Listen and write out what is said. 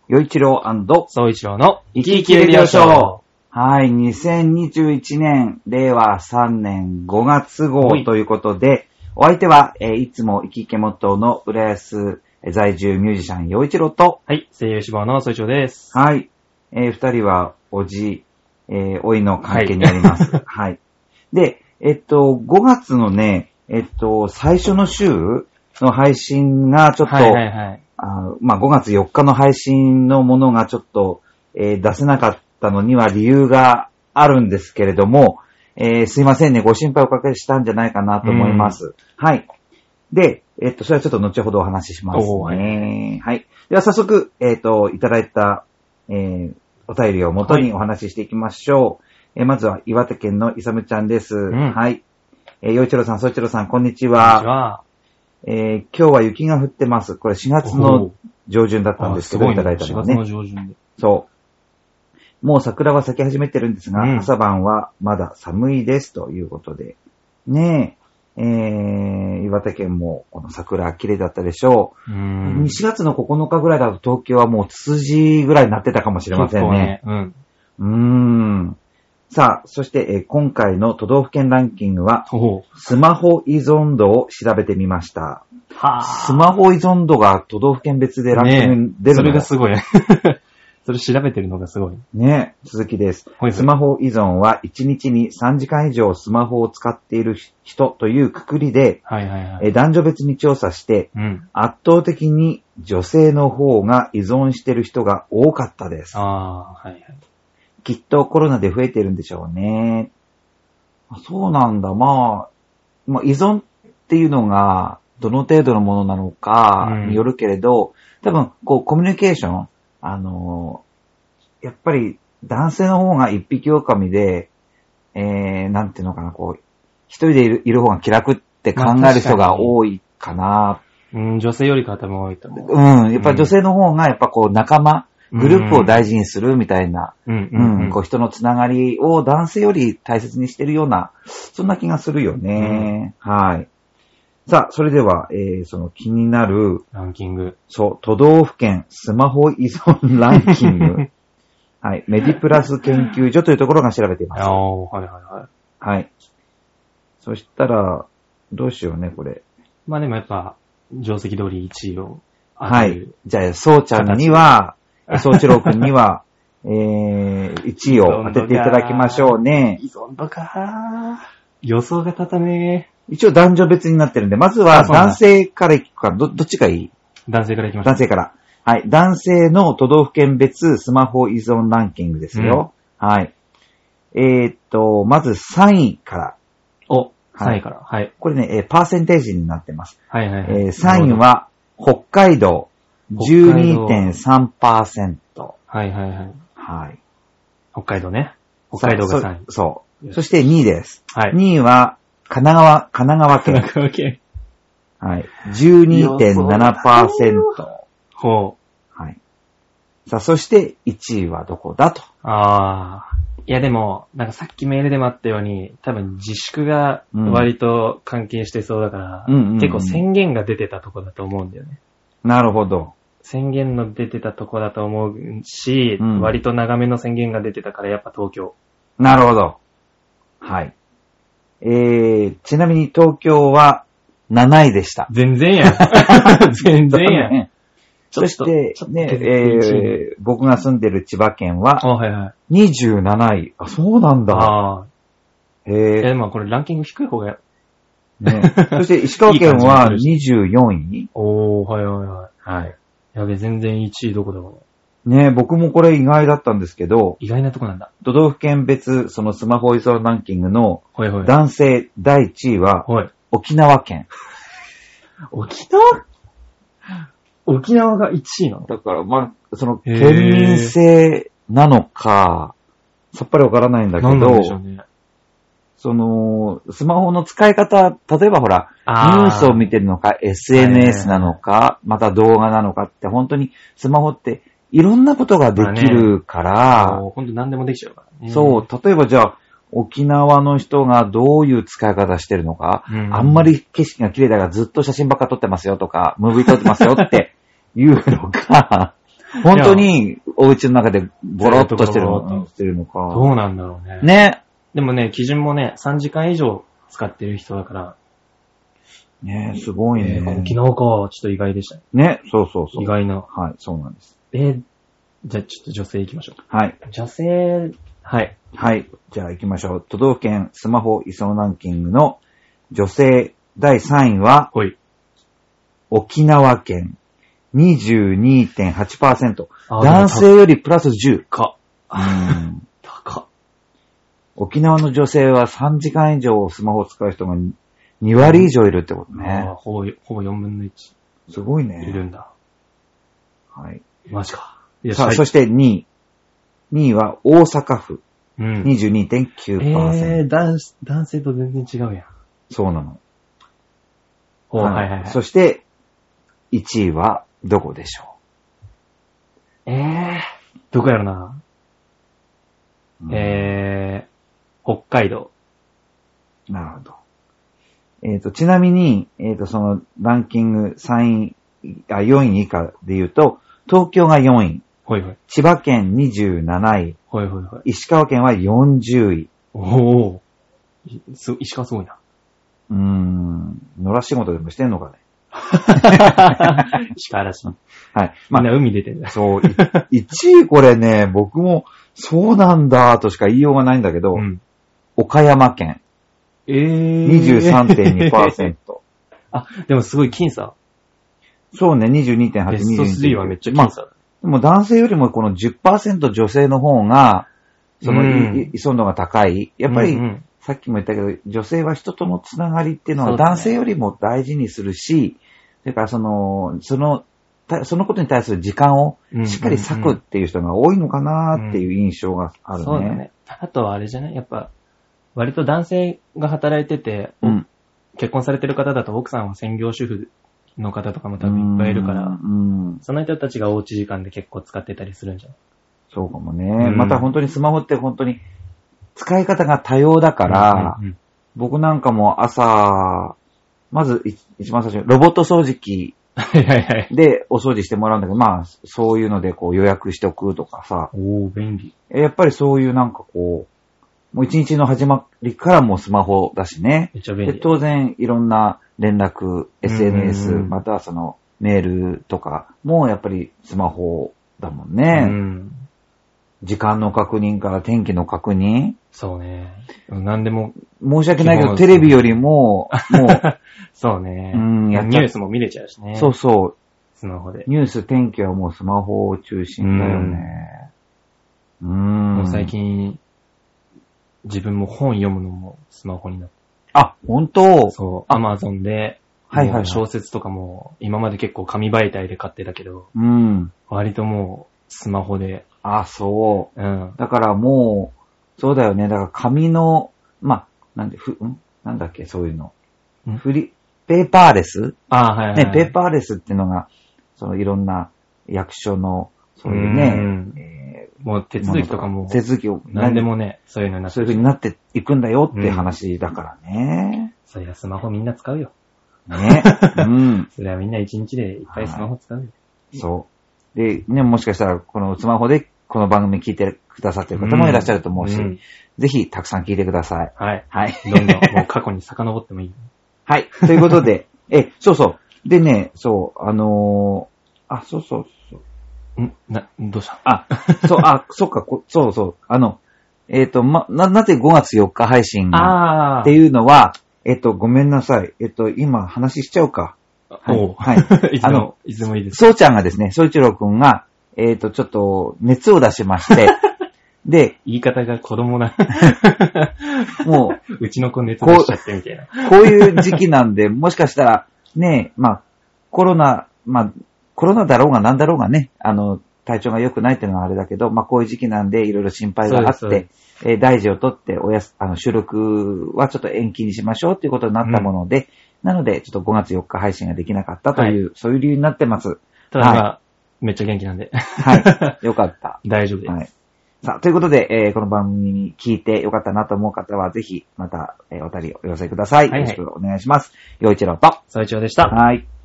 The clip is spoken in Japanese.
与一郎& 総一郎の生き生きレディオショー。はい、2021年、令和3年5月号ということで、お相手は、いつも生き生きモットーの浦安在住ミュージシャン与一郎と、 はい、声優志望の総一郎です。 はい、二人はおいの関係にあります。はい。で、5月のね、最初の週の配信がちょっと、5月4日の配信のものがちょっと、出せなかったのには理由があるんですけれども、すいませんね、ご心配おかけしたんじゃないかなと思います。はい。で、それはちょっと後ほどお話ししますね。はい。では早速、いただいた、お便りを元にお話ししていきましょう。まずは岩手県のいさむちゃんです。はい。よいちろさん、そいちろさん、こんにちは。今日は雪が降ってます。これ4月の上旬だったんですけど、いただいたのはね。 4月の上旬で。 そう。もう桜は咲き始めてるんですが、朝晩はまだ寒いですということで。ねえ、岩手県もこの桜綺麗だったでしょう。4月の9日ぐらいだと東京はもうツツジぐらいになってたかもしれませんね。さあ、そして、今回の都道府県ランキングは、スマホ依存度を調べてみました。スマホ依存度が都道府県別でランキングに出るの、 それがすごい。それ調べてるのがすごい。 ね、続きです。スマホ依存は1日に3時間以上スマホを使っている人というくくりで、男女別に調査して、圧倒的に女性の方が依存している人が多かったです。きっとコロナで増えてるんでしょうね。そうなんだ。まあ依存っていうのがどの程度のものなのかによるけれど、多分コミュニケーション、やっぱり男性の方が一匹狼で、なんていうのかな、一人でいる方が気楽って考える人が多いかな。 女性よりかは多分多いと思う。やっぱり女性の方がやっぱ仲間、グループを大事にするみたいな、人のつながりを男性より大切にしてるような、そんな気がするよね。はい。さあ、それでは、その気になるランキング。 そう、都道府県スマホ依存ランキング。はい。メディプラス研究所というところが調べています。はい。そしたら、どうしようね、これ。 まあでもやっぱ、定石通り1位を。 はい。じゃあ、そうちゃんには、そうちろうくんには、1位を当てていただきましょうね。 依存度か予想が立たねえ。一応男女別になってるんで、まずは男性からいくか、どっちがいい？ 男性からいきましょう。 男性から。はい。男性の都道府県別スマホ依存ランキングですよ。はい。まず3位から。 3位から。はい。 これね、パーセンテージになってます。 3 位は、北海道。12.3%。 はい。北海道ね。北海道が3位。 そう。そして2位です。 はい。 2位は、神奈川県。はい。12.7%。 ほう。 はい。さあ、そして1位はどこだと。 いやでも、なんかさっきメールでもあったように、多分自粛が割と関係してそうだから、結構宣言が出てたとこだと思うんだよね。 なるほど。 宣言の出てたとこだと思うし、割と長めの宣言が出てたからやっぱ東京。 なるほど。はい。ちなみに東京は7位でした。 全然や。全然や。 そして、ね、僕が住んでる千葉県は、27位。あ、そうなんだ。 まあこれランキング低い方が。 ね。そして石川県は24位。 はい。やべ、全然1位どこだろう。ね、僕もこれ意外だったんですけど。 意外なとこなんだ。 都道府県別、そのスマホ依存ランキングの男性第1位は、沖縄県。 沖縄が1位なの？ だから、まあ、その、県民性なのか、さっぱりわからないんだけど、その、スマホの使い方、例えばほら、ニュースを見てるのか、SNS なのか、また動画なのかって、本当にスマホっていろんなことができるから、 本当何でもできちゃうからね。 そう、例えばじゃあ、沖縄の人がどういう使い方してるのか、あんまり景色が綺麗だからずっと写真ばっか撮ってますよとか、ムービー撮ってますよっていうのか、 本当にお家の中でボロッとしてるのか。 どうなんだろうね。 ね。 でもね、基準もね、3時間以上使ってる人だから。 ねすごいね。 昨日か、ちょっと意外でした。 ね、そう。 意外な。 はい、そうなんです。 じゃあちょっと女性行きましょう。 はい。 女性、はい。 はい。じゃあ行きましょう。都道府県スマホ依存ランキングの女性第3位は、 はい。 沖縄県 22.8%。男性よりプラス10。 高っ。 沖縄の女性は3時間以上スマホを使う人が2割以上いるってことね。 ほぼ4分の1。 すごいね。 いるんだ。 はい。 マジか。 さあ、そして2位。2位は大阪府。22.9%。 男性と全然違うやん。 そうなの。 はい。 そして、1位はどこでしょう。どこやろな。北海道。 なるほど。ちなみに、そのランキング4位以下で言うと、東京が4位。 はいはい。 千葉県27位。 はい。 石川県は40位。 おー。石川すごいな。 野良仕事でもしてんのかね。 石川らしい。 はい。 みんな海出てるんだ。 そう。1位これね、僕もそうなんだとしか言いようがないんだけど、岡山県。23.2%。 あ、でもすごい僅差。 そうね、22.8%。 ベスト3はめっちゃ僅差だ。 でも男性よりもこの 10% 女性の方が、その依存度が高い。やっぱり、さっきも言ったけど、女性は人とのつながりっていうのは男性よりも大事にするし、それからそのことに対する時間をしっかり割くっていう人が多いのかなっていう印象があるね。 そうだね。あとはあれじゃないやっぱ、割と男性が働いてて、結婚されてる方だと奥さんは専業主婦の方とかも多分いっぱいいるから、その人たちがおうち時間で結構使ってたりするんじゃない？ そうかもね。また本当にスマホって本当に使い方が多様だから、僕なんかも朝、まず一番最初にロボット掃除機でお掃除してもらうんだけど、まあそういうのでこう予約しておくとかさ。 便利。 やっぱりそういうなんかこう、もう一日の始まりからもうスマホだしね。 めっちゃ便利。 で当然いろんな連絡、SNS、またはそのメールとかもやっぱりスマホだもんね。時間の確認から天気の確認。 そうね。なんでも。 申し訳ないけど、テレビよりも、もう。 そうね。ニュースも見れちゃうしね。 そうそう。 スマホで。 ニュース、天気はもうスマホ中心だよね。 もう最近、自分も本読むのもスマホになって。 あ、本当？ そう。Amazon で、小説とかも、今まで結構紙媒体で買ってたけど、割ともうスマホで。 あ、そう。だからもう、そうだよね。だから紙の、なんだっけ、そういうの。ペーパーレス？ね、ペーパーレスっていうのが、そのいろんな役所の、そういうね、 もう手続きとかも、何でもね、そういうのになって、 そういう風になっていくんだよって話だからね。 そりゃスマホみんな使うよ。 ね。 それはみんな一日でいっぱいスマホ使うよ。 そう。で、ね、もしかしたらこのスマホでこの番組聞いてくださってる方もいらっしゃると思うし、ぜひたくさん聞いてください。 はい。どんどんもう過去に遡ってもいい。 はい。ということで、そうそう。でね、そう、そうそう。 どうした？ そっか、そうそう。なぜ5月4日配信っていうのは、ごめんなさい。今話しちゃうか。 はい。いつもいいです。 そうちゃんがですね、そういちろうくんが、ちょっと熱を出しまして、で、 言い方が子供な。 もう、 うちの子熱出しちゃってみたいな。 こういう時期なんで、もしかしたら、ね、コロナだろうがなんだろうがね、体調が良くないっていうのはあれだけど、こういう時期なんでいろいろ心配があって、大事をとって収録はちょっと延期にしましょうっていうことになったもので、なのでちょっと5月4日配信ができなかったという、そういう理由になってます。 ただめっちゃ元気なんで。 はい。よかった。 大丈夫です。 はい。さあ、ということで、この番組に聞いてよかったなと思う方は、ぜひ、また、お便りをお寄せください。よろしくお願いします。陽一郎と、 総一郎でした。 はい。